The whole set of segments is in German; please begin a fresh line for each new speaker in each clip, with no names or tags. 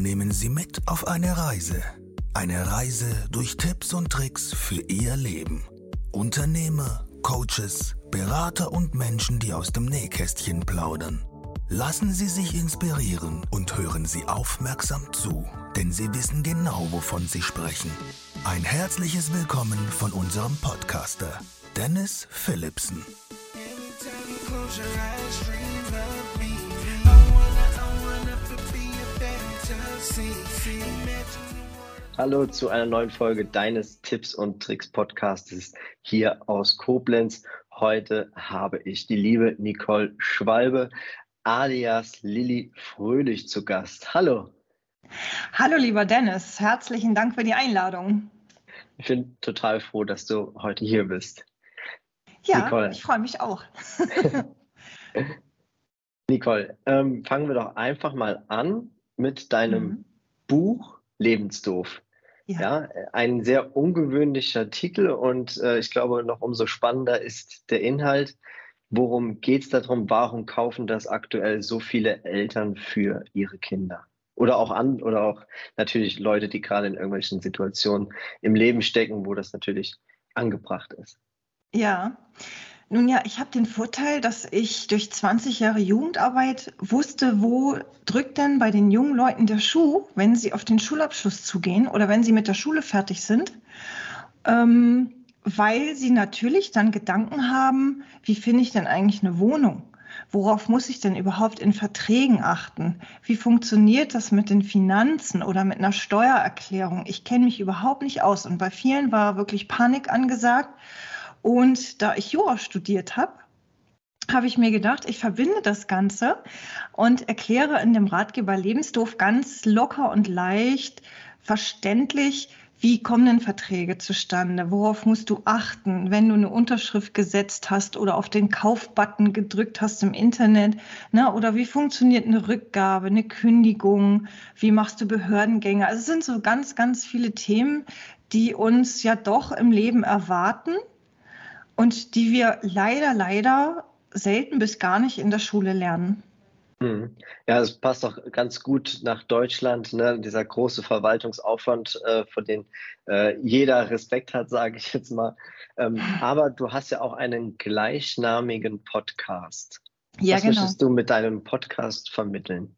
nehmen Sie mit auf eine Reise. Eine Reise durch Tipps und Tricks für Ihr Leben. Unternehmer, Coaches, Berater und Menschen, die aus dem Nähkästchen plaudern. Lassen Sie sich inspirieren und hören Sie aufmerksam zu, denn Sie wissen genau, wovon Sie sprechen. Ein herzliches Willkommen von unserem Podcaster, Dennis Philipsen.
Hallo zu einer neuen Folge deines Tipps und Tricks Podcastes hier aus Koblenz. Heute habe ich die liebe Nicole Schwalbe alias Lilly Fröhlich zu Gast. Hallo.
Hallo lieber Dennis, herzlichen Dank für die Einladung.
Ich bin total froh, dass du heute hier bist.
Ja,
Nicole.
Ich freue mich auch.
Nicole, fangen wir doch einfach mal an mit deinem Buch Lebensdoof. Ja, ein sehr ungewöhnlicher Titel und ich glaube, noch umso spannender ist der Inhalt. Worum geht es darum? Warum kaufen das aktuell so viele Eltern für ihre Kinder? Oder auch natürlich Leute, die gerade in irgendwelchen Situationen im Leben stecken, wo das natürlich angebracht ist.
Ja, nun ja, ich habe den Vorteil, dass ich durch 20 Jahre Jugendarbeit wusste, wo drückt denn bei den jungen Leuten der Schuh, wenn sie auf den Schulabschluss zugehen oder wenn sie mit der Schule fertig sind, weil sie natürlich dann Gedanken haben, wie finde ich denn eigentlich eine Wohnung? Worauf muss ich denn überhaupt in Verträgen achten? Wie funktioniert das mit den Finanzen oder mit einer Steuererklärung? Ich kenne mich überhaupt nicht aus und bei vielen war wirklich Panik angesagt. Und da ich Jura studiert habe, habe ich mir gedacht, ich verbinde das Ganze und erkläre in dem Ratgeber Lebensdoof ganz locker und leicht verständlich, wie kommen denn Verträge zustande? Worauf musst du achten, wenn du eine Unterschrift gesetzt hast oder auf den Kaufbutton gedrückt hast im Internet? Ne? Oder wie funktioniert eine Rückgabe, eine Kündigung? Wie machst du Behördengänge? Also es sind so ganz, ganz viele Themen, die uns ja doch im Leben erwarten und die wir leider selten bis gar nicht in der Schule lernen.
Ja, es passt doch ganz gut nach Deutschland, ne? Dieser große Verwaltungsaufwand, vor dem jeder Respekt hat, sage ich jetzt mal. Aber du hast ja auch einen gleichnamigen Podcast.
Ja,
Was
genau.
möchtest du mit deinem Podcast vermitteln?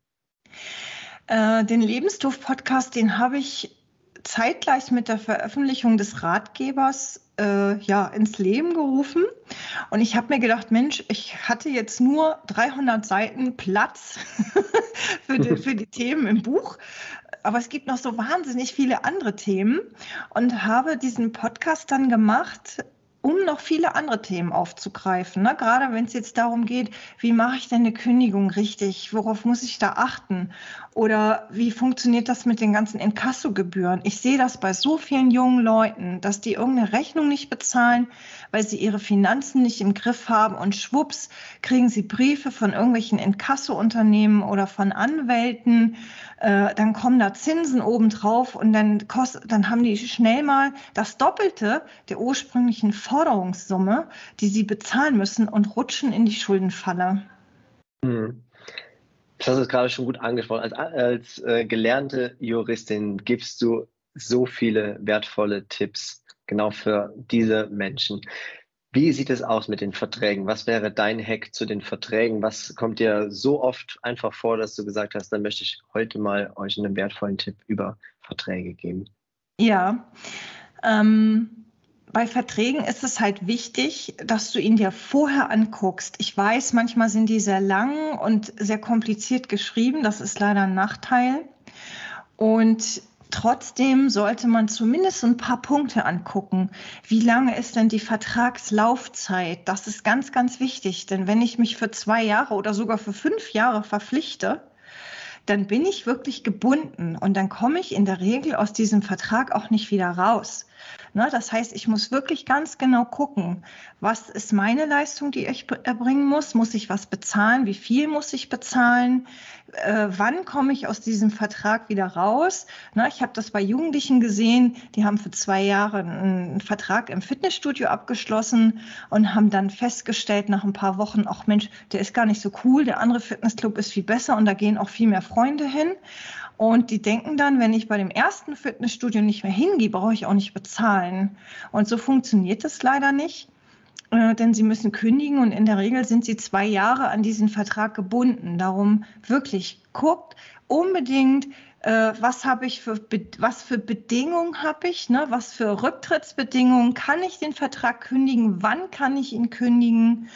Den Lebensdoof-Podcast, den habe ich zeitgleich mit der Veröffentlichung des Ratgebers ins Leben gerufen. Und ich habe mir gedacht, Mensch, ich hatte jetzt nur 300 Seiten Platz für die Themen im Buch. Aber es gibt noch so wahnsinnig viele andere Themen und habe diesen Podcast dann gemacht, um noch viele andere Themen aufzugreifen. Ne? Gerade wenn es jetzt darum geht, wie mache ich denn eine Kündigung richtig? Worauf muss ich da achten? Oder wie funktioniert das mit den ganzen Inkassogebühren? Ich sehe das bei so vielen jungen Leuten, dass die irgendeine Rechnung nicht bezahlen, weil sie ihre Finanzen nicht im Griff haben und schwupps kriegen sie Briefe von irgendwelchen Inkassounternehmen oder von Anwälten. Dann kommen da Zinsen obendrauf und dann haben die schnell mal das Doppelte der ursprünglichen Forderungssumme, die sie bezahlen müssen und rutschen in die Schuldenfalle.
Das hast du gerade schon gut angesprochen. Als gelernte Juristin gibst du so viele wertvolle Tipps genau für diese Menschen. Wie sieht es aus mit den Verträgen? Was wäre dein Hack zu den Verträgen? Was kommt dir so oft einfach vor, dass du gesagt hast, dann möchte ich heute mal euch einen wertvollen Tipp über Verträge geben?
Ja, bei Verträgen ist es halt wichtig, dass du ihn dir vorher anguckst. Ich weiß, manchmal sind die sehr lang und sehr kompliziert geschrieben. Das ist leider ein Nachteil. Und trotzdem sollte man zumindest ein paar Punkte angucken. Wie lange ist denn die Vertragslaufzeit? Das ist ganz, ganz wichtig. Denn wenn ich mich für 2 Jahre oder sogar für 5 Jahre verpflichte, dann bin ich wirklich gebunden und dann komme ich in der Regel aus diesem Vertrag auch nicht wieder raus. Ne, das heißt, ich muss wirklich ganz genau gucken, was ist meine Leistung, die ich erbringen muss? Muss ich was bezahlen? Wie viel muss ich bezahlen? Wann komme ich aus diesem Vertrag wieder raus? Na, ich habe das bei Jugendlichen gesehen, die haben für 2 Jahre einen Vertrag im Fitnessstudio abgeschlossen und haben dann festgestellt nach ein paar Wochen, ach Mensch, der ist gar nicht so cool, der andere Fitnessclub ist viel besser und da gehen auch viel mehr Freunde hin. Und die denken dann, wenn ich bei dem ersten Fitnessstudio nicht mehr hingehe, brauche ich auch nicht bezahlen. Und so funktioniert das leider nicht. Denn sie müssen kündigen und in der Regel sind sie 2 Jahre an diesen Vertrag gebunden. Darum wirklich guckt unbedingt, was für Bedingungen habe ich, ne? Was für Rücktrittsbedingungen, kann ich den Vertrag kündigen, wann kann ich ihn kündigen?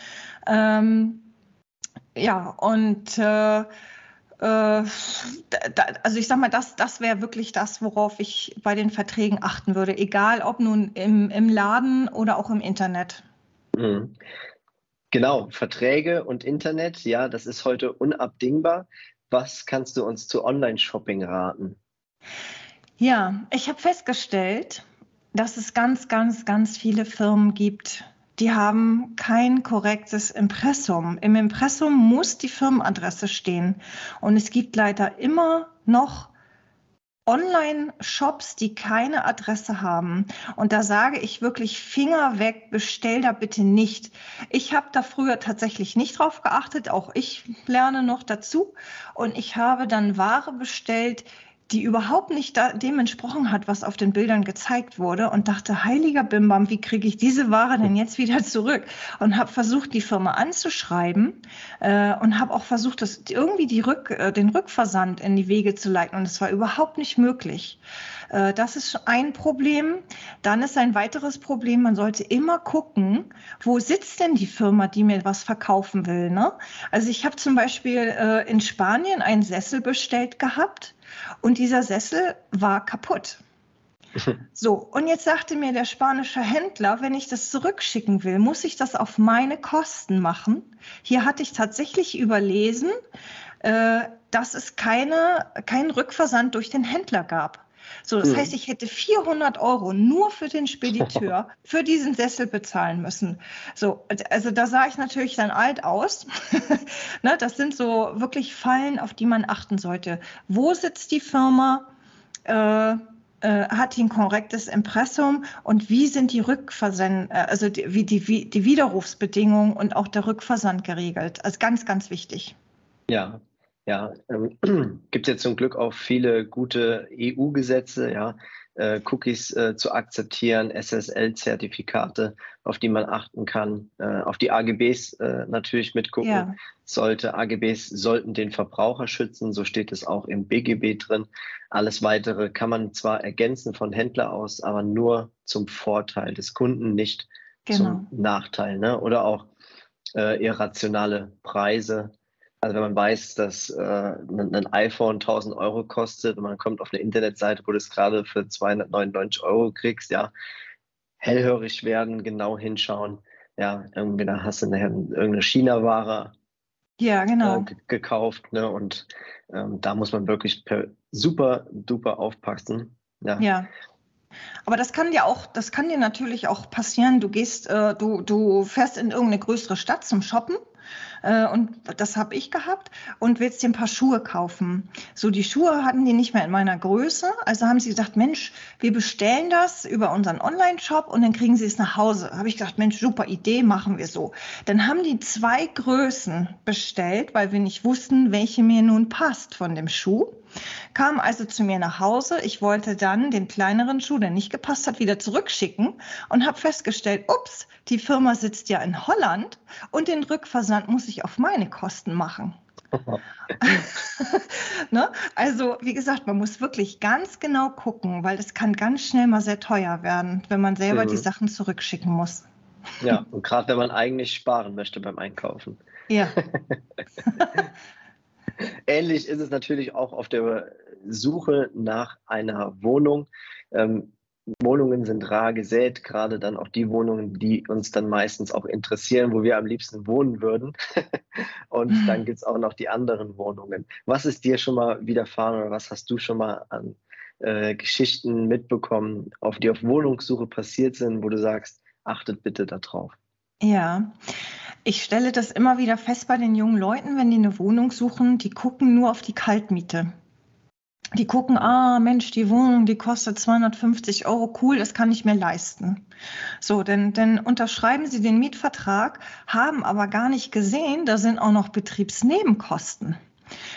Also ich sag mal, das wäre wirklich das, worauf ich bei den Verträgen achten würde, egal ob nun im Laden oder auch im Internet.
Mhm. Genau, Verträge und Internet, ja, das ist heute unabdingbar. Was kannst du uns zu Online-Shopping raten?
Ja, ich habe festgestellt, dass es ganz, ganz, ganz viele Firmen gibt, die haben kein korrektes Impressum. Im Impressum muss die Firmenadresse stehen. Und es gibt leider immer noch Online-Shops, die keine Adresse haben. Und da sage ich wirklich, Finger weg, bestell da bitte nicht. Ich habe da früher tatsächlich nicht drauf geachtet, auch ich lerne noch dazu. Und ich habe dann Ware bestellt, die überhaupt nicht dem entsprochen hat, was auf den Bildern gezeigt wurde und dachte, heiliger Bimbam, wie kriege ich diese Ware denn jetzt wieder zurück? Und habe versucht, die Firma anzuschreiben und habe auch versucht, den Rückversand in die Wege zu leiten und es war überhaupt nicht möglich. Das ist ein Problem. Dann ist ein weiteres Problem, man sollte immer gucken, wo sitzt denn die Firma, die mir was verkaufen will, ne? Also ich habe zum Beispiel in Spanien einen Sessel bestellt gehabt. Und dieser Sessel war kaputt. So, und jetzt sagte mir der spanische Händler, wenn ich das zurückschicken will, muss ich das auf meine Kosten machen. Hier hatte ich tatsächlich überlesen, dass es keinen Rückversand durch den Händler gab. So, das heißt, ich hätte 400 € nur für den Spediteur für diesen Sessel bezahlen müssen. So, also da sah ich natürlich dann alt aus. Ne, das sind so wirklich Fallen, auf die man achten sollte. Wo sitzt die Firma? Hat die ein korrektes Impressum? Und wie sind die die Widerrufsbedingungen und auch der Rückversand geregelt? Also ganz, ganz wichtig.
Ja. Ja, gibt es jetzt zum Glück auch viele gute EU-Gesetze, ja, Cookies zu akzeptieren, SSL-Zertifikate, auf die man achten kann, auf die AGBs natürlich mitgucken sollte. AGBs sollten den Verbraucher schützen, so steht es auch im BGB drin. Alles Weitere kann man zwar ergänzen von Händler aus, aber nur zum Vorteil des Kunden, nicht zum Nachteil, ne? Oder auch irrationale Preise. Also wenn man weiß, dass ein iPhone 1.000 € kostet und man kommt auf eine Internetseite, wo du es gerade für 299 € kriegst, ja, hellhörig werden, genau hinschauen. Ja, irgendwie da hast du nachher irgendeine China-Ware gekauft, ne? Und da muss man wirklich super duper aufpassen.
Ja. Aber das kann dir natürlich auch passieren. Du fährst in irgendeine größere Stadt zum Shoppen. Und das habe ich gehabt und willst dir ein paar Schuhe kaufen. So, die Schuhe hatten die nicht mehr in meiner Größe. Also haben sie gesagt, Mensch, wir bestellen das über unseren Online-Shop und dann kriegen sie es nach Hause. Habe ich gedacht, Mensch, super Idee, machen wir so. Dann haben die 2 Größen bestellt, weil wir nicht wussten, welche mir nun passt von dem Schuh. Kam also zu mir nach Hause. Ich wollte dann den kleineren Schuh, der nicht gepasst hat, wieder zurückschicken und habe festgestellt, ups, die Firma sitzt ja in Holland und den Rückversand muss ich auf meine Kosten machen. Ne? Also wie gesagt, man muss wirklich ganz genau gucken, weil es kann ganz schnell mal sehr teuer werden, wenn man selber die Sachen zurückschicken muss.
Ja, und gerade wenn man eigentlich sparen möchte beim Einkaufen.
Ja.
Ähnlich ist es natürlich auch auf der Suche nach einer Wohnung. Wohnungen sind rar gesät, gerade dann auch die Wohnungen, die uns dann meistens auch interessieren, wo wir am liebsten wohnen würden. Und dann gibt es auch noch die anderen Wohnungen. Was ist dir schon mal widerfahren oder was hast du schon mal an Geschichten mitbekommen, die auf Wohnungssuche passiert sind, wo du sagst, achtet bitte darauf?
Ja, ich stelle das immer wieder fest bei den jungen Leuten, wenn die eine Wohnung suchen, die gucken nur auf die Kaltmiete. Die gucken, Mensch, die Wohnung, die kostet 250 €, cool, das kann ich mir leisten. So, dann unterschreiben sie den Mietvertrag, haben aber gar nicht gesehen, da sind auch noch Betriebsnebenkosten.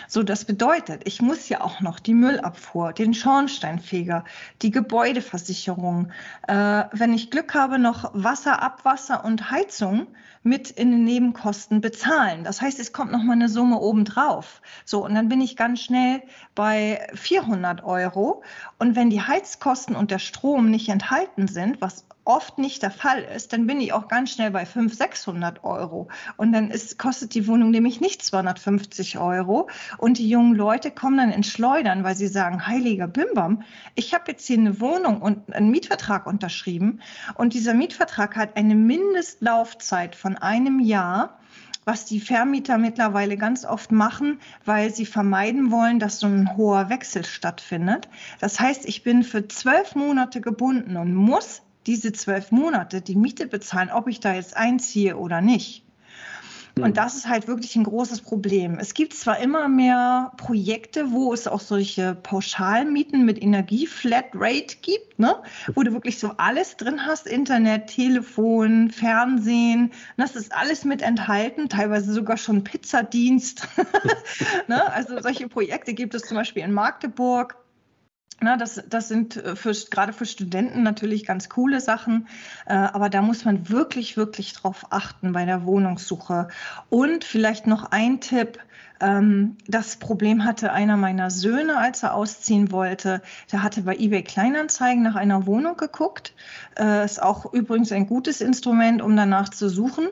So, das bedeutet, ich muss ja auch noch die Müllabfuhr, den Schornsteinfeger, die Gebäudeversicherung, wenn ich Glück habe, noch Wasser, Abwasser und Heizung mit in den Nebenkosten bezahlen. Das heißt, es kommt noch mal eine Summe obendrauf. So, und dann bin ich ganz schnell bei 400 €. Und wenn die Heizkosten und der Strom nicht enthalten sind, was oft nicht der Fall ist, dann bin ich auch ganz schnell bei 500, 600 €. Und dann kostet die Wohnung nämlich nicht 250 €. Und die jungen Leute kommen dann ins Schleudern, weil sie sagen, heiliger Bimbam, ich habe jetzt hier eine Wohnung und einen Mietvertrag unterschrieben. Und dieser Mietvertrag hat eine Mindestlaufzeit von einem Jahr, was die Vermieter mittlerweile ganz oft machen, weil sie vermeiden wollen, dass so ein hoher Wechsel stattfindet. Das heißt, ich bin für 12 Monate gebunden und muss diese 12 Monate die Miete bezahlen, ob ich da jetzt einziehe oder nicht. Und das ist halt wirklich ein großes Problem. Es gibt zwar immer mehr Projekte, wo es auch solche Pauschalmieten mit Energie-Flatrate gibt, ne? Wo du wirklich so alles drin hast, Internet, Telefon, Fernsehen. Das ist alles mit enthalten, teilweise sogar schon Pizzadienst. Ne? Also solche Projekte gibt es zum Beispiel in Magdeburg. Na, das sind gerade für Studenten natürlich ganz coole Sachen, aber da muss man wirklich, wirklich drauf achten bei der Wohnungssuche. Und vielleicht noch ein Tipp, das Problem hatte einer meiner Söhne, als er ausziehen wollte. Der hatte bei eBay Kleinanzeigen nach einer Wohnung geguckt. Ist auch übrigens ein gutes Instrument, um danach zu suchen.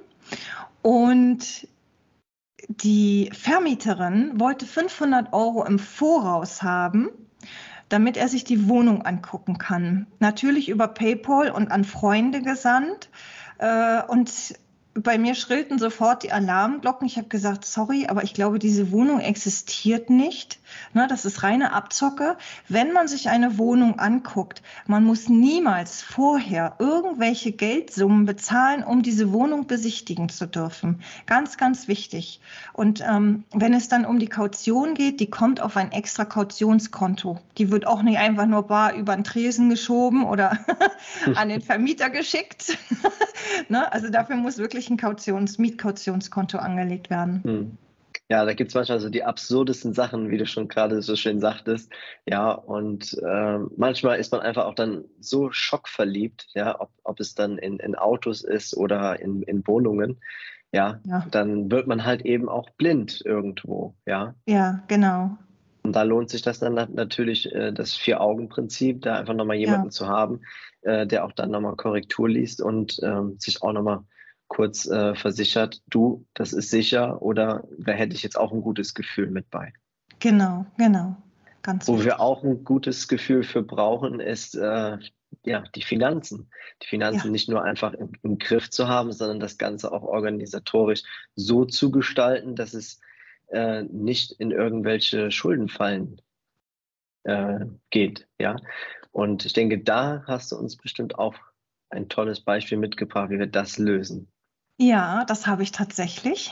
Und die Vermieterin wollte 500 € im Voraus haben, damit er sich die Wohnung angucken kann. Natürlich über PayPal und an Freunde gesandt. Und bei mir schrillten sofort die Alarmglocken. Ich habe gesagt, sorry, aber ich glaube, diese Wohnung existiert nicht. Ne, das ist reine Abzocke. Wenn man sich eine Wohnung anguckt, man muss niemals vorher irgendwelche Geldsummen bezahlen, um diese Wohnung besichtigen zu dürfen. Ganz, ganz wichtig. Und wenn es dann um die Kaution geht, die kommt auf ein extra Kautionskonto. Die wird auch nicht einfach nur bar über den Tresen geschoben oder an den Vermieter geschickt. Ne, also dafür muss wirklich ein Mietkautionskonto angelegt werden.
Ja, da gibt es manchmal so die absurdesten Sachen, wie du schon gerade so schön sagtest. Ja, und manchmal ist man einfach auch dann so schockverliebt, ja, ob es dann in Autos ist oder in Wohnungen. Ja, dann wird man halt eben auch blind irgendwo, ja.
Ja, genau.
Und da lohnt sich das dann natürlich, das Vier-Augen-Prinzip, da einfach nochmal jemanden zu haben, der auch dann nochmal Korrektur liest und sich auch nochmal kurz versichert, du, das ist sicher, oder da hätte ich jetzt auch ein gutes Gefühl mit bei.
Genau, ganz
Wo
wichtig.
wir auch ein gutes Gefühl für brauchen, ist die Finanzen. Die Finanzen nicht nur einfach im Griff zu haben, sondern das Ganze auch organisatorisch so zu gestalten, dass es nicht in irgendwelche Schuldenfallen geht. Ja? Und ich denke, da hast du uns bestimmt auch ein tolles Beispiel mitgebracht, wie wir das lösen.
Ja, das habe ich tatsächlich.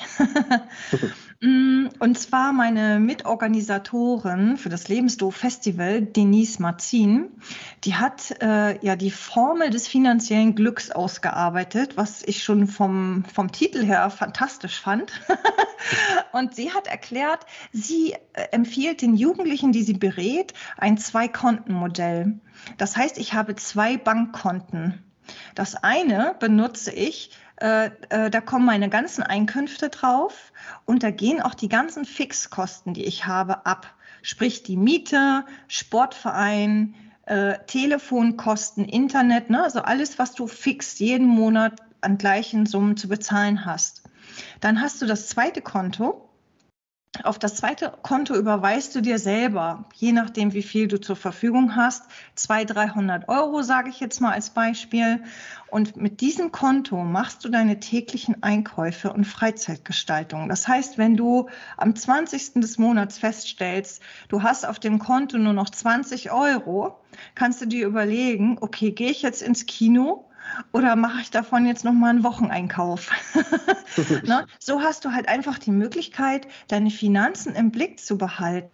Und zwar meine Mitorganisatorin für das Lebensdoof-Festival, Denise Marzin, die hat die Formel des finanziellen Glücks ausgearbeitet, was ich schon vom Titel her fantastisch fand. Und sie hat erklärt, sie empfiehlt den Jugendlichen, die sie berät, ein Zwei-Konten-Modell. Das heißt, ich habe 2 Bankkonten. Das eine benutze ich, da kommen meine ganzen Einkünfte drauf und da gehen auch die ganzen Fixkosten, die ich habe, ab. Sprich die Miete, Sportverein, Telefonkosten, Internet, ne? Also alles, was du fix jeden Monat an gleichen Summen zu bezahlen hast. Dann hast du das zweite Konto. Auf das zweite Konto überweist du dir selber, je nachdem, wie viel du zur Verfügung hast, 200, 300 €, sage ich jetzt mal als Beispiel. Und mit diesem Konto machst du deine täglichen Einkäufe und Freizeitgestaltung. Das heißt, wenn du am 20. des Monats feststellst, du hast auf dem Konto nur noch 20 €, kannst du dir überlegen, okay, gehe ich jetzt ins Kino? Oder mache ich davon jetzt nochmal einen Wocheneinkauf? Ne? So hast du halt einfach die Möglichkeit, deine Finanzen im Blick zu behalten.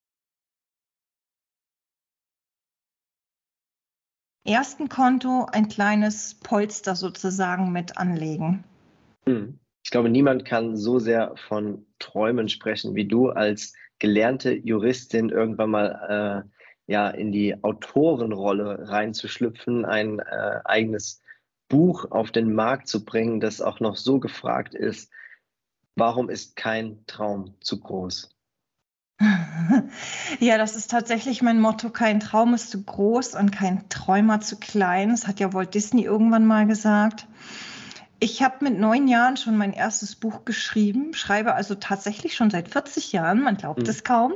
Im ersten Konto ein kleines Polster sozusagen mit anlegen.
Ich glaube, niemand kann so sehr von Träumen sprechen wie du als gelernte Juristin irgendwann mal in die Autorenrolle reinzuschlüpfen, ein eigenes Buch auf den Markt zu bringen, das auch noch so gefragt ist. Warum ist kein Traum zu groß?
Ja, das ist tatsächlich mein Motto. Kein Traum ist zu groß und kein Träumer zu klein. Das hat ja Walt Disney irgendwann mal gesagt. Ich habe mit 9 Jahren schon mein erstes Buch geschrieben, schreibe also tatsächlich schon seit 40 Jahren, man glaubt es kaum.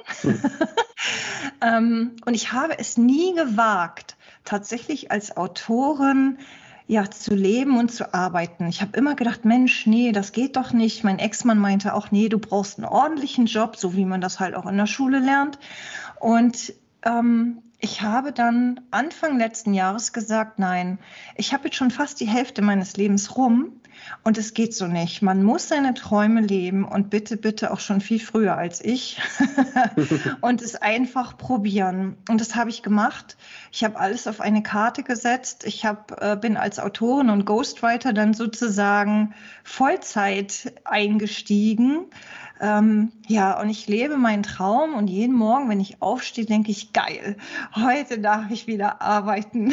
Und ich habe es nie gewagt, tatsächlich als Autorin zu leben und zu arbeiten. Ich habe immer gedacht, Mensch, nee, das geht doch nicht. Mein Ex-Mann meinte auch, nee, du brauchst einen ordentlichen Job, so wie man das halt auch in der Schule lernt. Und ich habe dann Anfang letzten Jahres gesagt, nein, ich habe jetzt schon fast die Hälfte meines Lebens rum und es geht so nicht. Man muss seine Träume leben und bitte, bitte auch schon viel früher als ich und es einfach probieren. Und das habe ich gemacht. Ich habe alles auf eine Karte gesetzt. Ich bin als Autorin und Ghostwriter dann sozusagen Vollzeit eingestiegen. Und ich lebe meinen Traum und jeden Morgen, wenn ich aufstehe, denke ich, geil, heute darf ich wieder arbeiten.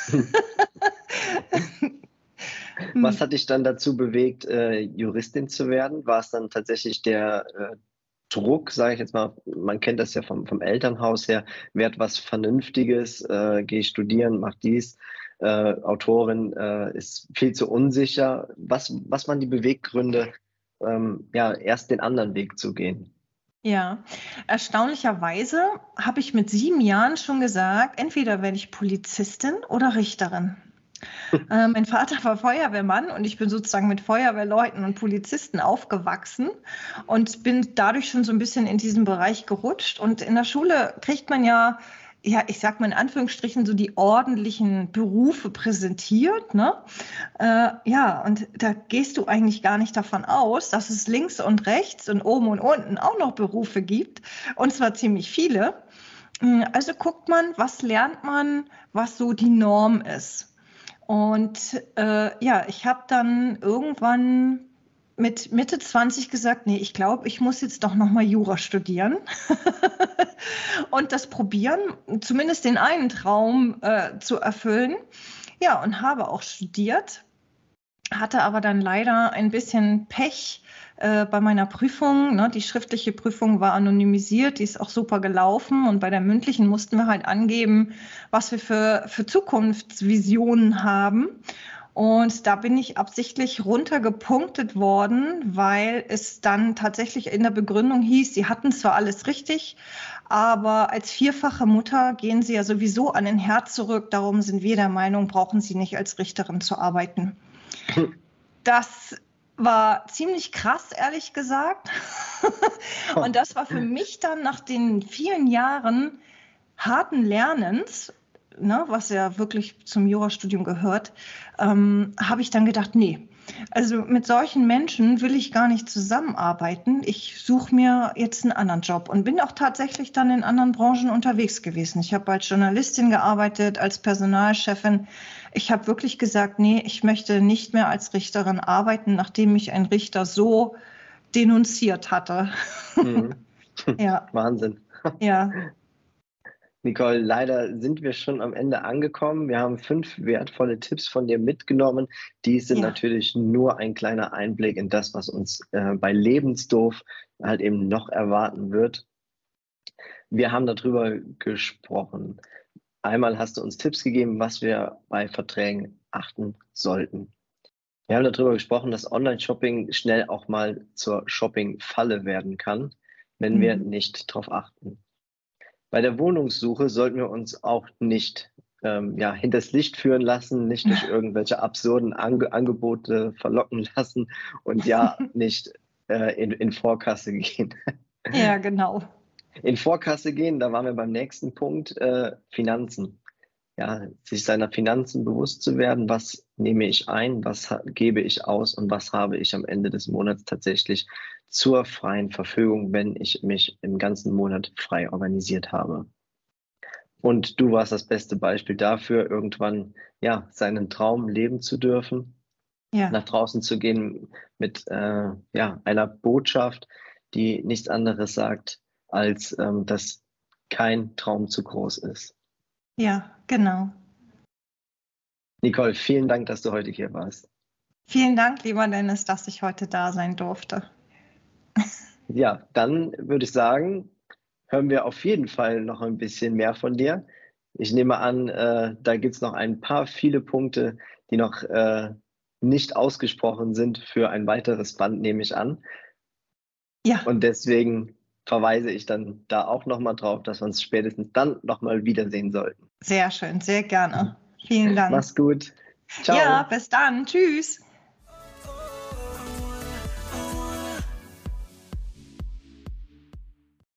Was hat dich dann dazu bewegt, Juristin zu werden? War es dann tatsächlich der Druck, sage ich jetzt mal, man kennt das ja vom Elternhaus her, werd was Vernünftiges, geh studieren, mach dies, Autorin ist viel zu unsicher. Was waren die Beweggründe, erst den anderen Weg zu gehen?
Ja, erstaunlicherweise habe ich mit 7 Jahren schon gesagt, entweder werde ich Polizistin oder Richterin. Mein Vater war Feuerwehrmann und ich bin sozusagen mit Feuerwehrleuten und Polizisten aufgewachsen und bin dadurch schon so ein bisschen in diesen Bereich gerutscht. Und in der Schule kriegt man ich sag mal in Anführungsstrichen, so die ordentlichen Berufe präsentiert, ne? Und da gehst du eigentlich gar nicht davon aus, dass es links und rechts und oben und unten auch noch Berufe gibt, und zwar ziemlich viele. Also guckt man, was lernt man, was so die Norm ist. Und ich habe dann irgendwann mit Mitte 20 gesagt, nee, ich glaube, ich muss jetzt doch nochmal Jura studieren und das probieren, zumindest den einen Traum zu erfüllen. Ja, und habe auch studiert, hatte aber dann leider ein bisschen Pech bei meiner Prüfung. Ne? Die schriftliche Prüfung war anonymisiert, die ist auch super gelaufen und bei der mündlichen mussten wir halt angeben, was wir für Zukunftsvisionen haben. Und da bin ich absichtlich runtergepunktet worden, weil es dann tatsächlich in der Begründung hieß, sie hatten zwar alles richtig, aber als 4-fache Mutter gehen sie ja sowieso an den Herd zurück. Darum sind wir der Meinung, brauchen sie nicht als Richterin zu arbeiten. Das war ziemlich krass, ehrlich gesagt. Und das war für mich dann nach den vielen Jahren harten Lernens, ne, was ja wirklich zum Jurastudium gehört, habe ich dann gedacht, nee, also mit solchen Menschen will ich gar nicht zusammenarbeiten. Ich suche mir jetzt einen anderen Job und bin auch tatsächlich dann in anderen Branchen unterwegs gewesen. Ich habe als Journalistin gearbeitet, als Personalchefin. Ich habe wirklich gesagt, nee, ich möchte nicht mehr als Richterin arbeiten, nachdem mich ein Richter so denunziert hatte.
Mhm.
Ja.
Wahnsinn.
Ja.
Nicole, leider sind wir schon am Ende angekommen. Wir haben 5 wertvolle Tipps von dir mitgenommen. Die sind natürlich nur ein kleiner Einblick in das, was uns bei Lebensdoof halt eben noch erwarten wird. Wir haben darüber gesprochen. Einmal hast du uns Tipps gegeben, was wir bei Verträgen achten sollten. Wir haben darüber gesprochen, dass Online-Shopping schnell auch mal zur Shopping-Falle werden kann, wenn wir nicht darauf achten. Bei der Wohnungssuche sollten wir uns auch nicht hinters Licht führen lassen, nicht durch irgendwelche absurden Angebote verlocken lassen und nicht in Vorkasse gehen.
Ja, genau.
In Vorkasse gehen, da waren wir beim nächsten Punkt, Finanzen. Ja, sich seiner Finanzen bewusst zu werden, was nehme ich ein, was gebe ich aus und was habe ich am Ende des Monats tatsächlich zur freien Verfügung, wenn ich mich im ganzen Monat frei organisiert habe. Und du warst das beste Beispiel dafür, irgendwann seinen Traum leben zu dürfen, nach draußen zu gehen mit einer Botschaft, die nichts anderes sagt, als dass kein Traum zu groß ist.
Ja, genau.
Nicole, vielen Dank, dass du heute hier warst.
Vielen Dank, lieber Dennis, dass ich heute da sein durfte.
Ja, dann würde ich sagen, hören wir auf jeden Fall noch ein bisschen mehr von dir. Ich nehme an, da gibt es noch viele Punkte, die noch nicht ausgesprochen sind für ein weiteres Band, nehme ich an.
Ja.
Und deswegen verweise ich dann da auch nochmal drauf, dass wir uns spätestens dann nochmal wiedersehen sollten.
Sehr schön, sehr gerne. Vielen Dank.
Mach's gut. Ciao.
Ja, bis dann. Tschüss.